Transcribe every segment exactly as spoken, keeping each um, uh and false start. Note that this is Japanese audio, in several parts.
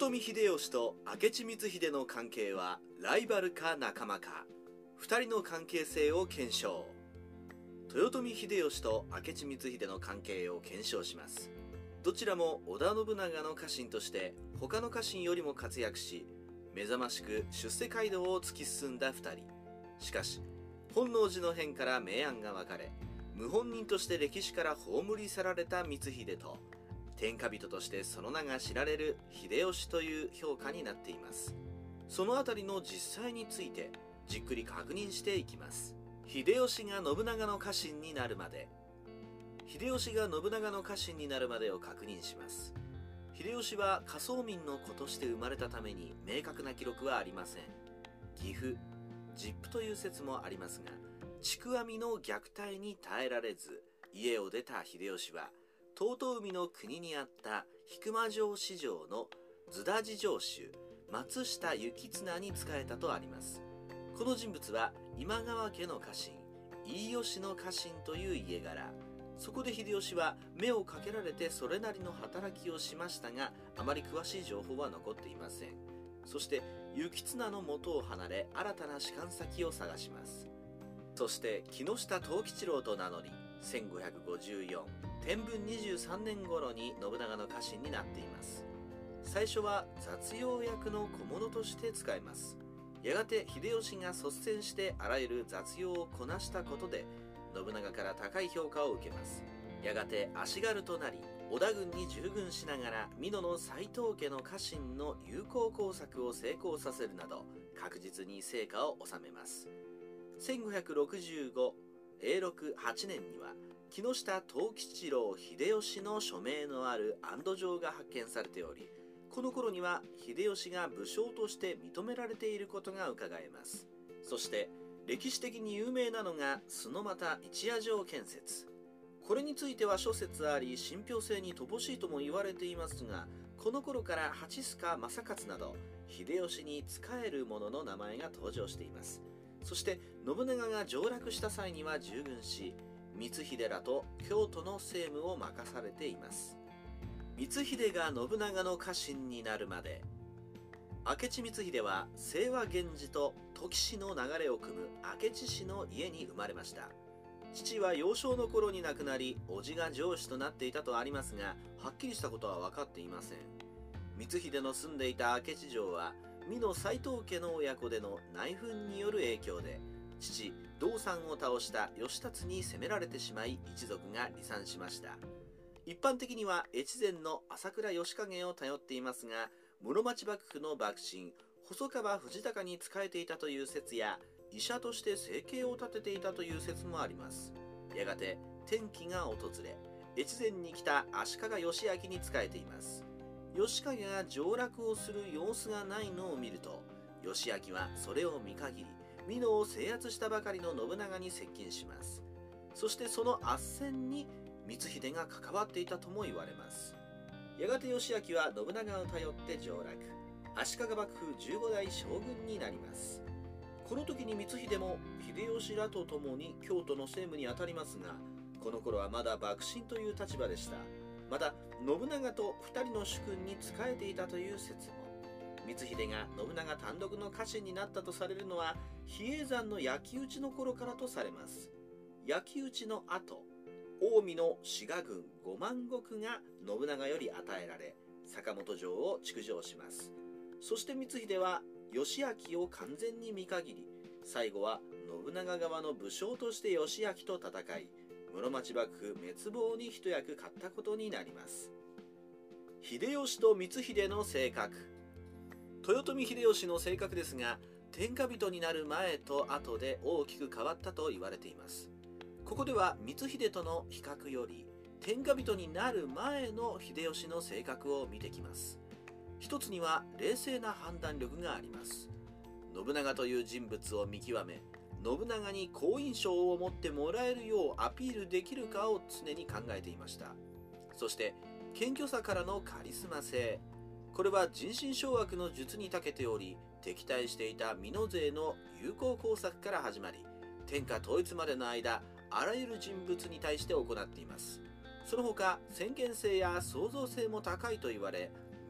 豊臣秀吉と明智光秀の関係はライバルか仲間か、ふたりの関係性を検証。豊臣秀吉と明智光秀の関係を検証します。どちらも織田信長の家臣として他の家臣よりも活躍し、目覚ましく出世街道を突き進んだふたり。しかし本能寺の変から明暗が分かれ、謀反人として歴史から葬り去られた光秀と、天下人としてその名が知られる秀吉という評価になっています。そのあたりの実際についてじっくり確認していきます。秀吉が信長の家臣になるまで。秀吉が信長の家臣になるまでを確認します。秀吉は下層民の子として生まれたために明確な記録はありません。岐阜、実父という説もありますが、筑阿弥の虐待に耐えられず家を出た秀吉は、遠江の国にあった引間城四条の津田治城主松下幸綱に仕えたとあります。この人物は今川家の家臣、飯吉の家臣という家柄。そこで秀吉は目をかけられてそれなりの働きをしましたが、あまり詳しい情報は残っていません。そして幸綱の元を離れ、新たな仕官先を探します。そして木下藤吉郎と名乗り、せんごひゃくごじゅうよん天文にじゅうさんねん頃に信長の家臣になっています。最初は雑用役の小物として使えます。やがて秀吉が率先してあらゆる雑用をこなしたことで、信長から高い評価を受けます。やがて足軽となり、織田軍に従軍しながら美濃の斎藤家の家臣の友好工作を成功させるなど、確実に成果を収めます。せんごひゃくろくじゅうご永禄はちねんには、木下藤吉郎秀吉の署名のある安堵状が発見されており、この頃には秀吉が武将として認められていることがうかがえます。そして歴史的に有名なのが洲俣一夜城建設。これについては諸説あり、信憑性に乏しいとも言われていますが、この頃から蜂須賀正勝など秀吉に仕える者の名前が登場しています。そして信長が上洛した際には従軍し、光秀らと京都の政務を任されています。光秀が信長の家臣になるまで。明智光秀は清和源氏と土岐氏の流れを組む明智氏の家に生まれました。父は幼少の頃に亡くなり、叔父が城主となっていたとありますが、はっきりしたことは分かっていません。光秀の住んでいた明智城は美濃斎藤家の親子での内紛による影響で、父道三を倒した義達に攻められてしまい、一族が離散しました。一般的には越前の朝倉義景を頼っていますが、室町幕府の幕臣細川藤孝に仕えていたという説や、医者として生計を立てていたという説もあります。やがて転機が訪れ、越前に来た足利義昭に仕えています。義景が上洛をする様子がないのを見ると、義昭はそれを見限り、美濃を制圧したばかりの信長に接近します。そしてその斡旋に光秀が関わっていたとも言われます。やがて義昭は信長を頼って上洛、足利幕府じゅうご代将軍になります。この時に光秀も秀吉らと共に京都の政務に当たりますが、この頃はまだ幕臣という立場でした。また信長とふたりの主君に仕えていたという説も。光秀が信長単独の家臣になったとされるのは、比叡山の焼き討ちの頃からとされます。焼き討ちの後、近江の志賀軍ごまん石が信長より与えられ、坂本城を築城します。そして光秀は義昭を完全に見限り、最後は信長側の武将として義昭と戦い、室町幕府滅亡に一役買ったことになります。秀吉と光秀の性格。豊臣秀吉の性格ですが、天下人になる前と後で大きく変わったと言われています。ここでは光秀との比較より、天下人になる前の秀吉の性格を見てきます。一つには冷静な判断力があります。信長という人物を見極め、信長に好印象を持ってもらえるようアピールできるかを常に考えていました。そして謙虚さからのカリスマ性。これは人心掌握の術に長けており、敵対していた美濃勢の友好工作から始まり、天下統一までの間、あらゆる人物に対して行っています。その他先見性や創造性も高いと言われ、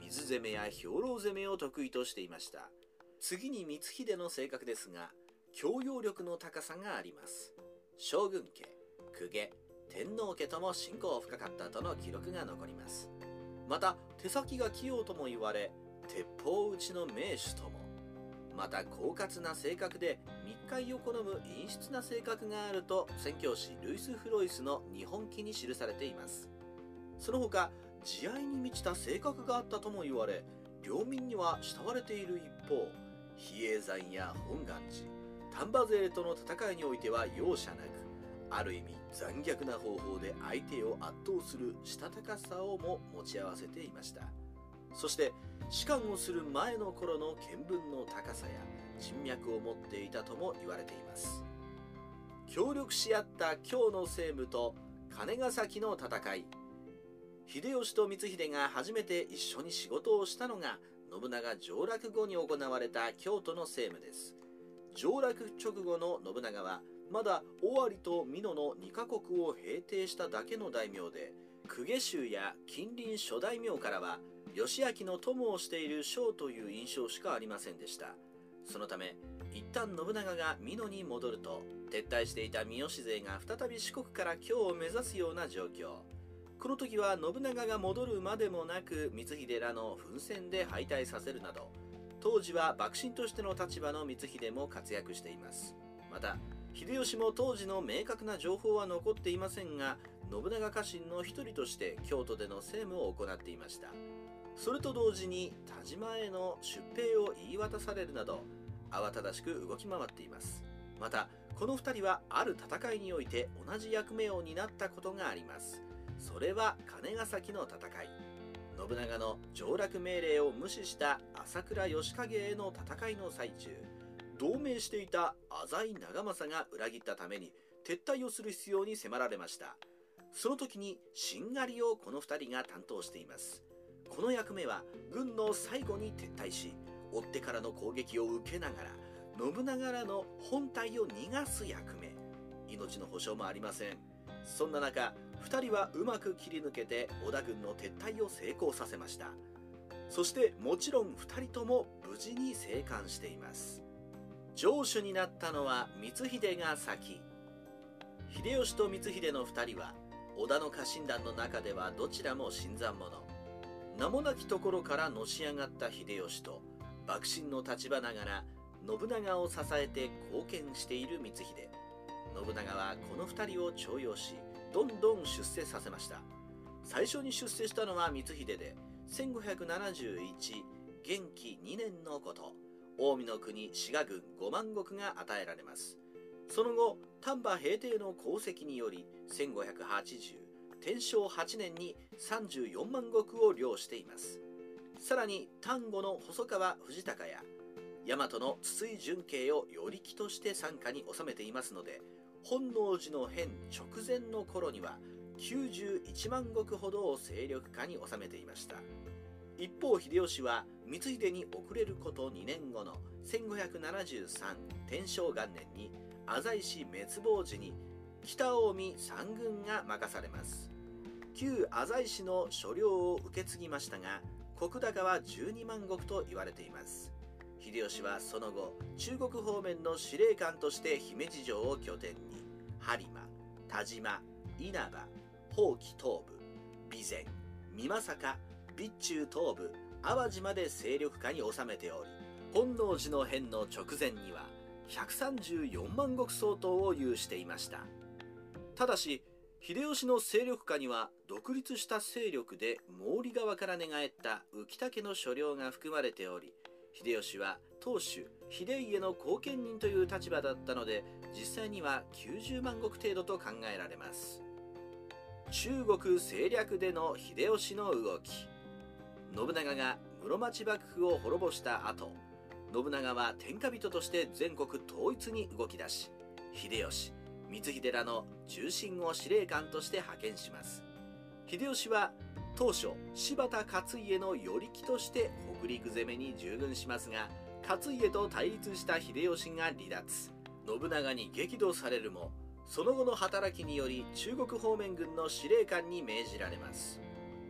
水攻めや兵糧攻めを得意としていました。次に光秀の性格ですが、教養力の高さがあります。将軍家、公家、天皇家とも親交深かったとの記録が残ります。また手先が器用とも言われ、鉄砲撃ちの名手とも。また狡猾な性格で密会を好む陰湿な性格があると宣教師ルイス・フロイスの日本記に記されています。その他慈愛に満ちた性格があったとも言われ、領民には慕われている一方、比叡山や本願寺、丹波勢との戦いにおいては容赦なく、ある意味残虐な方法で相手を圧倒するしたたかさをも持ち合わせていました。そして仕官をする前の頃の見聞の高さや人脈を持っていたとも言われています。協力し合った京の政務と金ヶ崎の戦い。秀吉と光秀が初めて一緒に仕事をしたのが信長上洛後に行われた京都の政務です。上洛直後の信長はまだ尾張と美濃のにカ国を平定しただけの大名で、公家衆や近隣諸大名からは義明の友をしている将という印象しかありませんでした。そのため一旦信長が美濃に戻ると、撤退していた三好勢が再び四国から京を目指すような状況。この時は信長が戻るまでもなく光秀らの奮戦で敗退させるなど、当時は幕臣としての立場の光秀も活躍しています。また秀吉も当時の明確な情報は残っていませんが、信長家臣の一人として京都での政務を行っていました。それと同時に田島への出兵を言い渡されるなど慌ただしく動き回っています。またこのふたりはある戦いにおいて同じ役目を担ったことがあります。それは金ヶ崎の戦い。信長の上洛命令を無視した朝倉義景への戦いの最中、同盟していた浅井長政が裏切ったために撤退をする必要に迫られました。その時にしんがりをこのふたりが担当しています。この役目は軍の最後に撤退し、追ってからの攻撃を受けながら信長らの本隊を逃がす役目。命の保証もありません。そんな中ふたりはうまく切り抜けて織田軍の撤退を成功させました。そしてもちろんふたりとも無事に生還しています。城主になったのは光秀が先。秀吉と光秀のふたりは織田の家臣団の中ではどちらも新参者。名もなきところからのし上がった秀吉と幕臣の立場ながら信長を支えて貢献している光秀。信長はこのふたりを重用し、どんどん出世させました。最初に出世したのは光秀で、せんごひゃくななじゅういち元亀にねんのこと。近江の国滋賀郡ごまん石が与えられます。その後丹波平定の功績によりせんごひゃくはちじゅう天正はちねんにさんじゅうよんまん石を領しています。さらに丹後の細川藤孝や大和の筒井純慶を与力として傘下に収めていますので、本能寺の変直前の頃にはきゅうじゅういちまん石ほどを勢力下に収めていました。一方秀吉は光秀に遅れることにねんごのせんごひゃくななじゅうさん天正元年に浅井氏滅亡時に北近江三軍が任されます。旧浅井氏の所領を受け継ぎましたが、石高はじゅうにまん石と言われています。秀吉はその後中国方面の司令官として姫路城を拠点に播磨、田島、稲葉、宝亀東部、備前、美作、備中東部、淡路まで勢力下に収めており、本能寺の変の直前にはひゃくさんじゅうよんまん石相当を有していました。ただし秀吉の勢力下には独立した勢力で毛利側から寝返った浮田家の所領が含まれており、秀吉は当主秀家の後見人という立場だったので、実際にはきゅうじゅうまん石程度と考えられます。中国政略での秀吉の動き。信長が室町幕府を滅ぼした後、信長は天下人として全国統一に動き出し、秀吉、光秀らの重臣を司令官として派遣します。秀吉は当初柴田勝家の与力として北陸攻めに従軍しますが、勝家と対立した秀吉が離脱、信長に激怒されるも、その後の働きにより中国方面軍の司令官に命じられます。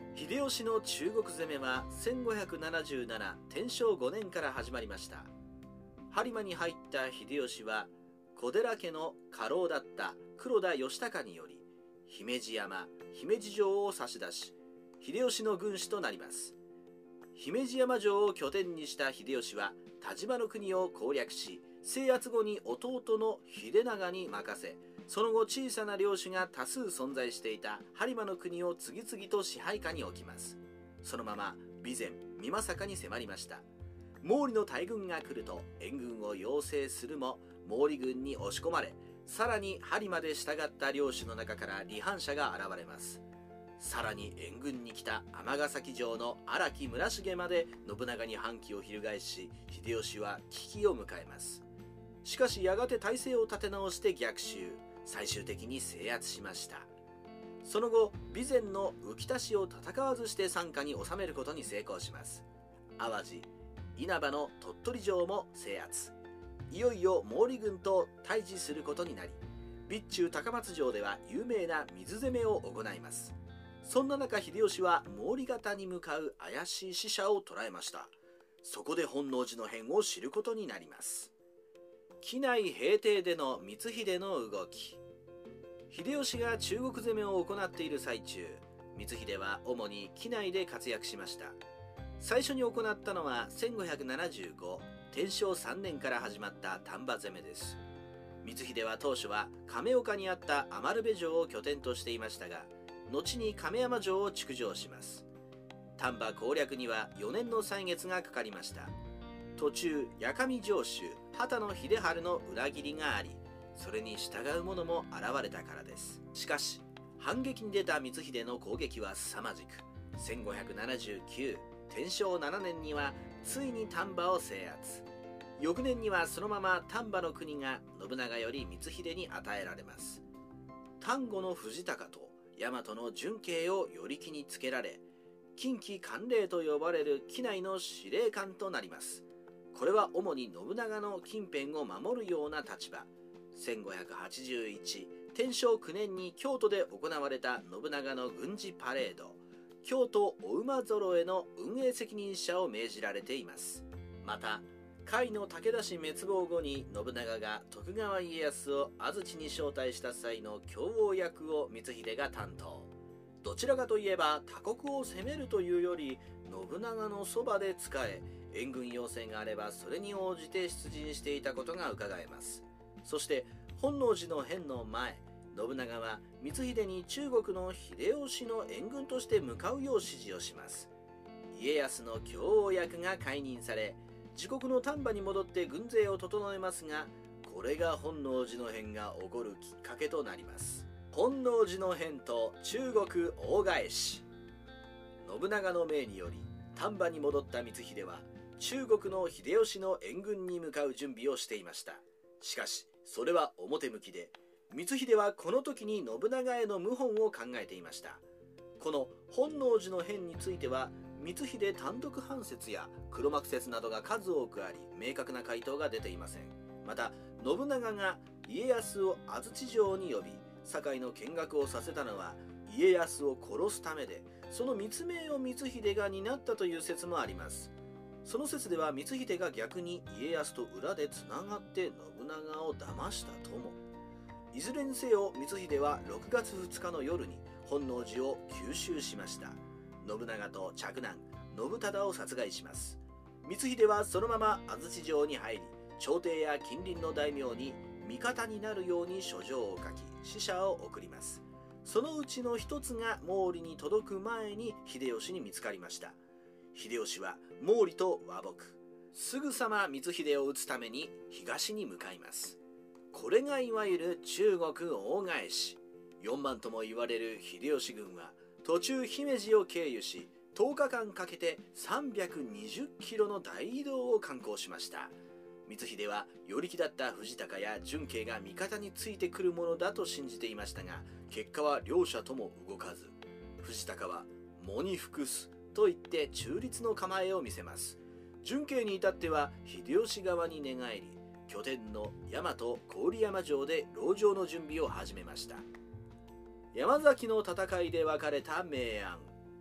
秀吉の中国攻めはせんごひゃくななじゅうなな天正ごねんから始まりました。播磨に入った秀吉は小寺家の家老だった黒田義孝により姫路山姫路城を差し出し、秀吉の軍師となります。姫路山城を拠点にした秀吉は田島の国を攻略し、制圧後に弟の秀長に任せ、その後小さな領主が多数存在していた播磨の国を次々と支配下に置きます。そのまま備前美作に迫りました。毛利の大軍が来ると援軍を要請するも毛利軍に押し込まれ、さらに播磨で従った領主の中から離反者が現れます。さらに援軍に来た尼崎城の荒木村重まで信長に反旗を翻し、秀吉は危機を迎えます。しかしやがて体制を立て直して逆襲、最終的に制圧しました。その後備前の浮田市を戦わずして傘下に収めることに成功します。淡路稲葉の鳥取城も制圧、いよいよ毛利軍と対峙することになり、備中高松城では有名な水攻めを行います。そんな中秀吉は毛利方に向かう怪しい使者を捕らえました。そこで本能寺の変を知ることになります。畿内平定での光秀の動き。秀吉が中国攻めを行っている最中、光秀は主に畿内で活躍しました。最初に行ったのはせんごひゃくななじゅうご天正さんねんから始まった丹波攻めです。光秀は当初は亀岡にあった余部城を拠点としていましたが、後に亀山城を築城します。丹波攻略にはよねんの歳月がかかりました。途中八上城主畑野秀治の裏切りがあり、それに従う者も現れたからです。しかし反撃に出た光秀の攻撃は凄まじく、せんごひゃくななじゅうきゅう天正ななねんにはついに丹波を制圧。翌年にはそのまま丹波の国が信長より光秀に与えられます。丹後の藤高と大和の純慶を与力につけられ、近畿管領と呼ばれる畿内の司令官となります。これは主に信長の近辺を守るような立場。せんごひゃくはちじゅういち天正くねんに京都で行われた信長の軍事パレード、京都お馬揃えの運営責任者を命じられています。また甲斐の武田氏滅亡後に信長が徳川家康を安土に招待した際の共応役を光秀が担当。どちらかといえば他国を攻めるというより信長のそばで仕え、援軍要請があればそれに応じて出陣していたことがうかがえます。そして本能寺の変の前、信長は光秀に中国の秀吉の援軍として向かうよう指示をします。家康の共応役が解任され、自国の丹波に戻って軍勢を整えますが、これが本能寺の変が起こるきっかけとなります。本能寺の変と中国大返し。信長の命により丹波に戻った光秀は中国の秀吉の援軍に向かう準備をしていました。しかしそれは表向きで、光秀はこの時に信長への謀反を考えていました。この本能寺の変については光秀単独犯説や黒幕説などが数多くあり、明確な回答が出ていません。また信長が家康を安土城に呼び堺の見学をさせたのは家康を殺すためで、その密命を光秀が担ったという説もあります。その説では光秀が逆に家康と裏でつながって信長を騙したとも。いずれにせよ光秀はろくがつふつかの夜に本能寺を急襲しました。信長と嫡男信忠を殺害します。光秀はそのまま安土城に入り、朝廷や近隣の大名に味方になるように書状を書き使者を送ります。そのうちの一つが毛利に届く前に秀吉に見つかりました。秀吉は毛利と和睦、すぐさま光秀を討つために東に向かいます。これがいわゆる中国大返し。よんまんとも言われる秀吉軍は途中姫路を経由し、とおかかんかけてさんびゃくにじゅっキロの大移動を敢行しました。光秀は与力だった藤高や純慶が味方についてくるものだと信じていましたが、結果は両者とも動かず、藤高は喪に服すと言って中立の構えを見せます。純慶に至っては秀吉側に寝返り、拠点の大和郡山城で籠城の準備を始めました。山崎の戦いで分かれた明暗。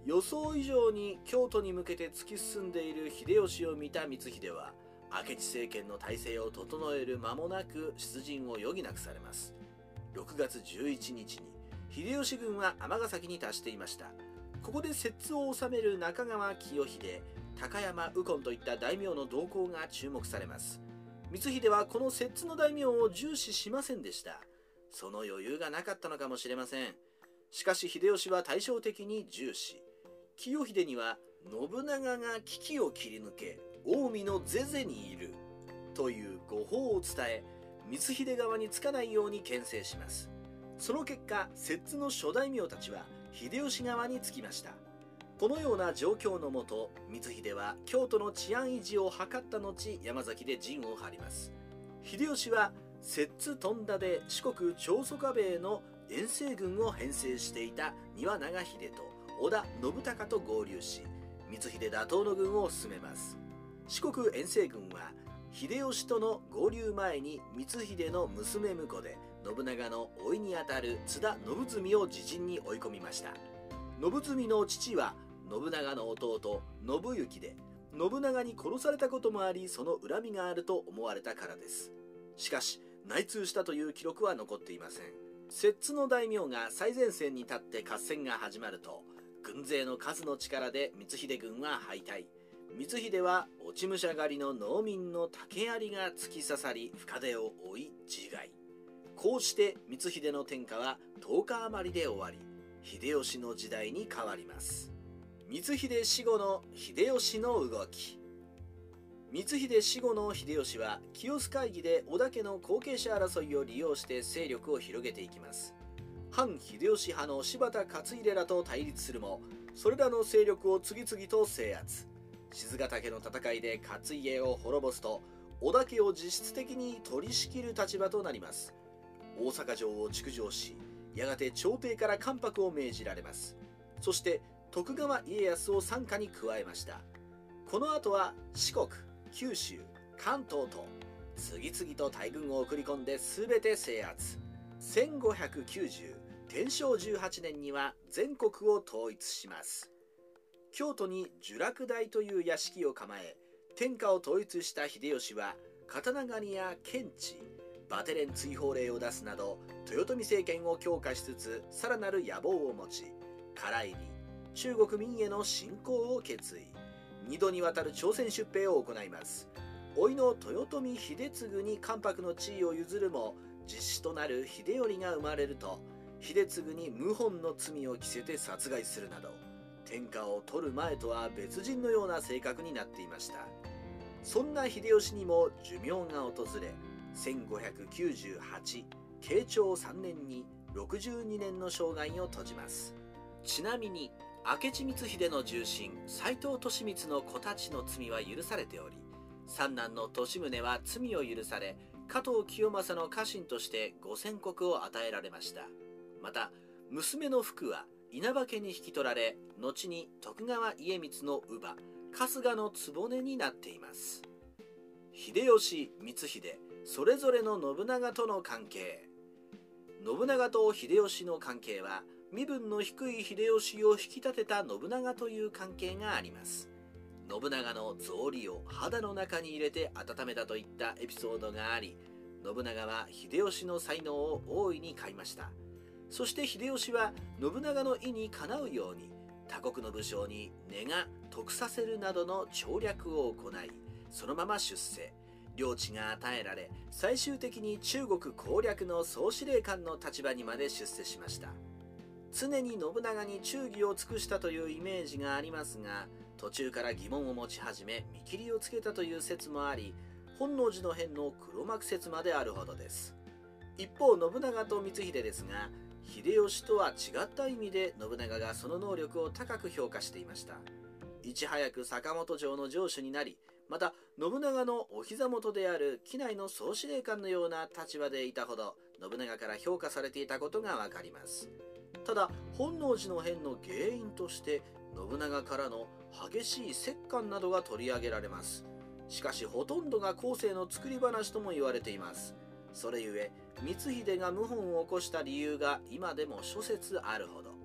予想以上に京都に向けて突き進んでいる秀吉を見た光秀は、明智政権の体制を整える間もなく出陣を余儀なくされます。ろくがつじゅういちにちに秀吉軍は尼崎に達していました。ここで摂津を治める中川清秀、高山右近といった大名の動向が注目されます。光秀はこの摂津の大名を重視しませんでした。その余裕がなかったのかもしれません。しかし秀吉は対照的に重視。清秀には信長が危機を切り抜け近江のゼゼにいるという誤報を伝え、光秀側につかないように牽制します。その結果、摂津の諸大名たちは秀吉側につきました。このような状況のもと、光秀は京都の治安維持を図った後、山崎で陣を張ります。秀吉は摂津富田で四国長宗我部への遠征軍を編成していた丹羽長秀と織田信孝と合流し、光秀打倒の軍を進めます。四国遠征軍は秀吉との合流前に光秀の娘婿で信長の甥にあたる津田信純を自陣に追い込みました。信純の父は信長の弟信行で、信長に殺されたこともあり、その恨みがあると思われたからです。しかし内通したという記録は残っていません。摂津の大名が最前線に立って合戦が始まると、軍勢の数の力で光秀軍は敗退。光秀は落ち武者狩りの農民の竹槍が突き刺さり深手を負い自害。こうして光秀の天下はとおか余りで終わり、秀吉の時代に変わります。光秀死後の秀吉の動き。光秀死後の秀吉は清須会議で織田家の後継者争いを利用して勢力を広げていきます。反秀吉派の柴田勝家らと対立するも、それらの勢力を次々と制圧。賤ヶ岳の戦いで勝家を滅ぼすと、織田家を実質的に取り仕切る立場となります。大阪城を築城し、やがて朝廷から関白を命じられます。そして徳川家康を傘下に加えました。この後は四国、九州、関東と次々と大軍を送り込んで全て制圧。せんごひゃくきゅうじゅう天正じゅうはちねんには全国を統一します。京都に聚楽台という屋敷を構え、天下を統一した秀吉は刀狩りや検地、バテレン追放令を出すなど豊臣政権を強化しつつ、さらなる野望を持ち、唐入り、中国民への侵攻を決意。二度にわたる朝鮮出兵を行います。甥の豊臣秀次に関白の地位を譲るも、実子となる秀頼が生まれると、秀次に謀反の罪を着せて殺害するなど、天下を取る前とは別人のような性格になっていました。そんな秀吉にも寿命が訪れ、せんごひゃくきゅうじゅうはち慶長さんねんにろくじゅうにねんの生涯を閉じます。ちなみに明智光秀の重臣斎藤利光の子たちの罪は許されており、三男の利宗は罪を許され、加藤清正の家臣として五千石を与えられました。また娘の福は稲葉家に引き取られ、後に徳川家光の乳母春日の局になっています。秀吉、光秀それぞれの信長との関係。信長と秀吉の関係は、身分の低い秀吉を引き立てた信長という関係があります。信長の草履を肌の中に入れて温めたといったエピソードがあり、信長は秀吉の才能を大いに買いました。そして秀吉は信長の意にかなうように、他国の武将に根が得させるなどの調略を行い、そのまま出世。領地が与えられ、最終的に中国攻略の総司令官の立場にまで出世しました。常に信長に忠義を尽くしたというイメージがありますが、途中から疑問を持ち始め見切りをつけたという説もあり、本能寺の変の黒幕説まであるほどです。一方信長と光秀ですが、秀吉とは違った意味で信長がその能力を高く評価していました。いち早く坂本城の城主になり、また信長のお膝元である畿内の総司令官のような立場でいたほど、信長から評価されていたことがわかります。ただ本能寺の変の原因として信長からの激しい折檻などが取り上げられます。しかしほとんどが後世の作り話とも言われています。それゆえ光秀が謀反を起こした理由が今でも諸説あるほど。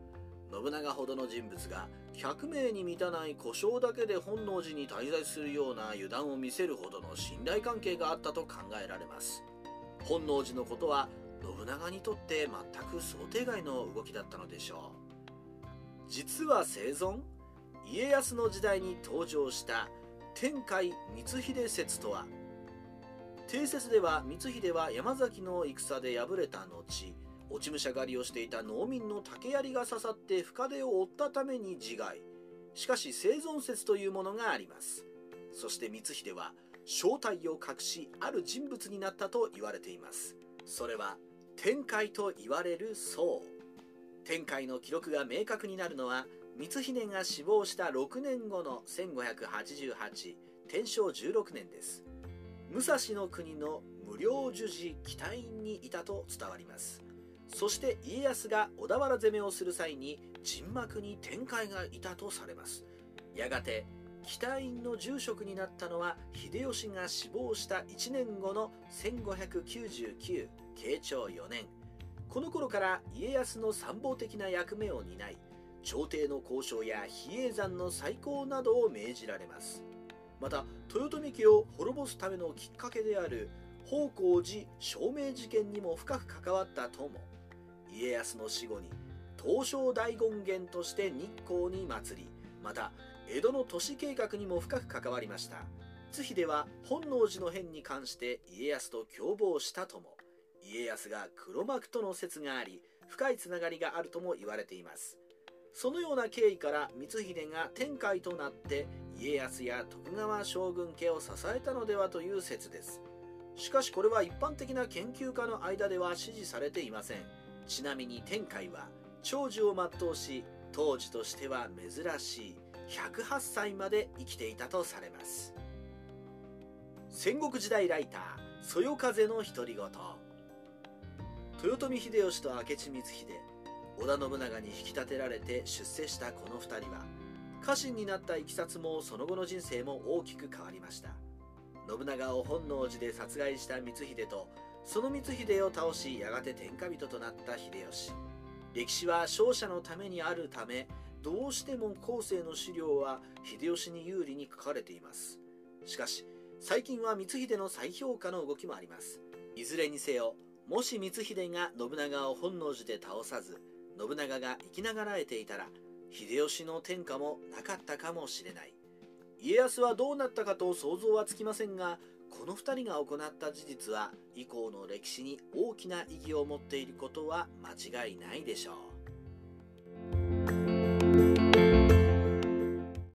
信長ほどの人物がひゃくめいに満たない小姓だけで本能寺に滞在するような油断を見せるほどの信頼関係があったと考えられます。本能寺のことは信長にとって全く想定外の動きだったのでしょう。実は生存、家康の時代に登場した天海光秀説とは、定説では光秀は山崎の戦で敗れた後、落ち武者狩りをしていた農民の竹槍が刺さって深手を負ったために自害。しかし生存説というものがあります。そして光秀は正体を隠し、ある人物になったと言われています。それは天海と言われる僧。天海の記録が明確になるのは光秀が死亡したろくねんごのせんごひゃくはちじゅうはち、天正じゅうろくねんです。武蔵の国の無料樹寺北院にいたと伝わります。そして家康が小田原攻めをする際に陣幕に天海がいたとされます。やがて北院の住職になったのは秀吉が死亡したいちねんごのせんごひゃくきゅうじゅうきゅう、慶長よねん。この頃から家康の参謀的な役目を担い、朝廷の交渉や比叡山の再興などを命じられます。また豊臣家を滅ぼすためのきっかけである宝光寺証明事件にも深く関わったとも、家康の死後に東照大権現として日光に祀り、また江戸の都市計画にも深く関わりました。光秀は本能寺の変に関して家康と共謀したとも、家康が黒幕との説があり、深いつながりがあるとも言われています。そのような経緯から光秀が天海となって家康や徳川将軍家を支えたのではという説です。しかしこれは一般的な研究家の間では支持されていません。ちなみに天海は長寿を全うし、当時としては珍しいひゃくはっさいまで生きていたとされます。戦国時代ライターそよ風の独り言。豊臣秀吉と明智光秀、織田信長に引き立てられて出世したこのふたりは、家臣になったいきさつもその後の人生も大きく変わりました。信長を本能寺で殺害した光秀と、その光秀を倒しやがて天下人となった秀吉。歴史は勝者のためにあるため、どうしても後世の資料は秀吉に有利に書かれています。しかし最近は光秀の再評価の動きもあります。いずれにせよ、もし光秀が信長を本能寺で倒さず、信長が生きながらえていたら、秀吉の天下もなかったかもしれない。家康はどうなったかと想像はつきませんが、このふたりが行った事実は以降の歴史に大きな意義を持っていることは間違いないでしょう。